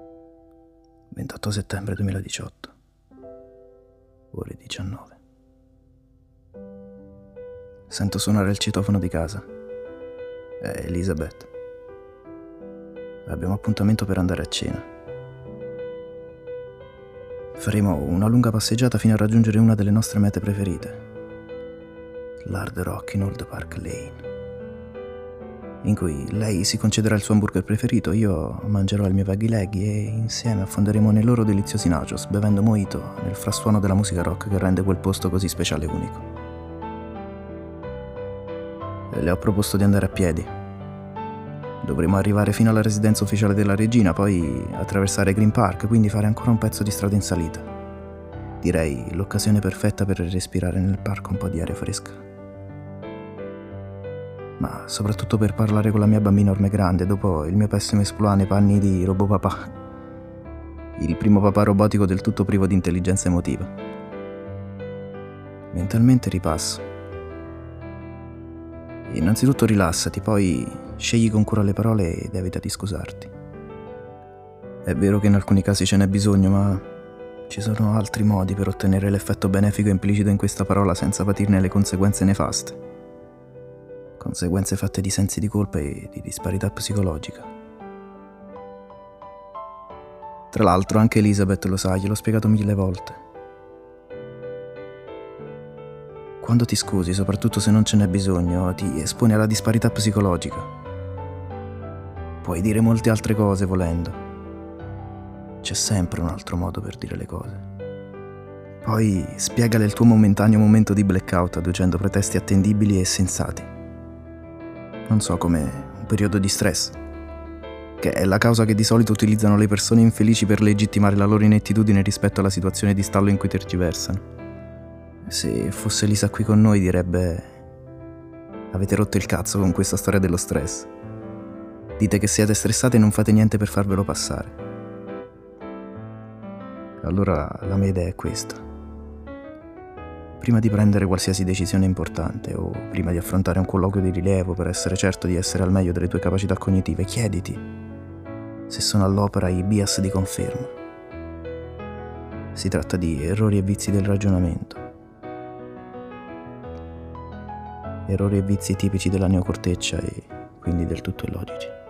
28 settembre 2018, ore 19. Sento suonare il citofono di casa. È Elizabeth. Abbiamo appuntamento per andare a cena. Faremo una lunga passeggiata fino a raggiungere una delle nostre mete preferite, l'Hard Rock in Old Park Lane, in cui lei si concederà il suo hamburger preferito, io mangerò il mio vaghi leggi e insieme affonderemo nei loro deliziosi nachos, bevendo mojito nel frastuono della musica rock che rende quel posto così speciale e unico. E le ho proposto di andare a piedi. Dovremo arrivare fino alla residenza ufficiale della regina, poi attraversare Green Park, quindi fare ancora un pezzo di strada in salita. Direi l'occasione perfetta per respirare nel parco un po' di aria fresca. Ma soprattutto per parlare con la mia bambina ormai grande dopo il mio pessimo esploit nei panni di Robopapà, il primo papà robotico del tutto privo di intelligenza emotiva. Mentalmente ripasso. Innanzitutto rilassati, poi scegli con cura le parole ed evita di scusarti. È vero che in alcuni casi ce n'è bisogno, ma ci sono altri modi per ottenere l'effetto benefico implicito in questa parola senza patirne le conseguenze nefaste. Conseguenze fatte di sensi di colpa e di disparità psicologica. Tra l'altro anche Elizabeth lo sa, gliel'ho spiegato 1000 volte. Quando ti scusi, soprattutto se non ce n'è bisogno, ti esponi alla disparità psicologica. Puoi dire molte altre cose volendo. C'è sempre un altro modo per dire le cose. Poi spiegale il tuo momentaneo momento di blackout adducendo pretesti attendibili e sensati. Non so, come un periodo di stress, che è la causa che di solito utilizzano le persone infelici per legittimare la loro inettitudine rispetto alla situazione di stallo in cui tergiversano. Se fosse Lisa qui con noi direbbe: avete rotto il cazzo con questa storia dello stress. Dite che siete stressate e non fate niente per farvelo passare. Allora la mia idea è questa. Prima di prendere qualsiasi decisione importante o prima di affrontare un colloquio di rilievo per essere certo di essere al meglio delle tue capacità cognitive, chiediti se sono all'opera i bias di conferma. Si tratta di errori e vizi del ragionamento. Errori e vizi tipici della neocorteccia e quindi del tutto illogici.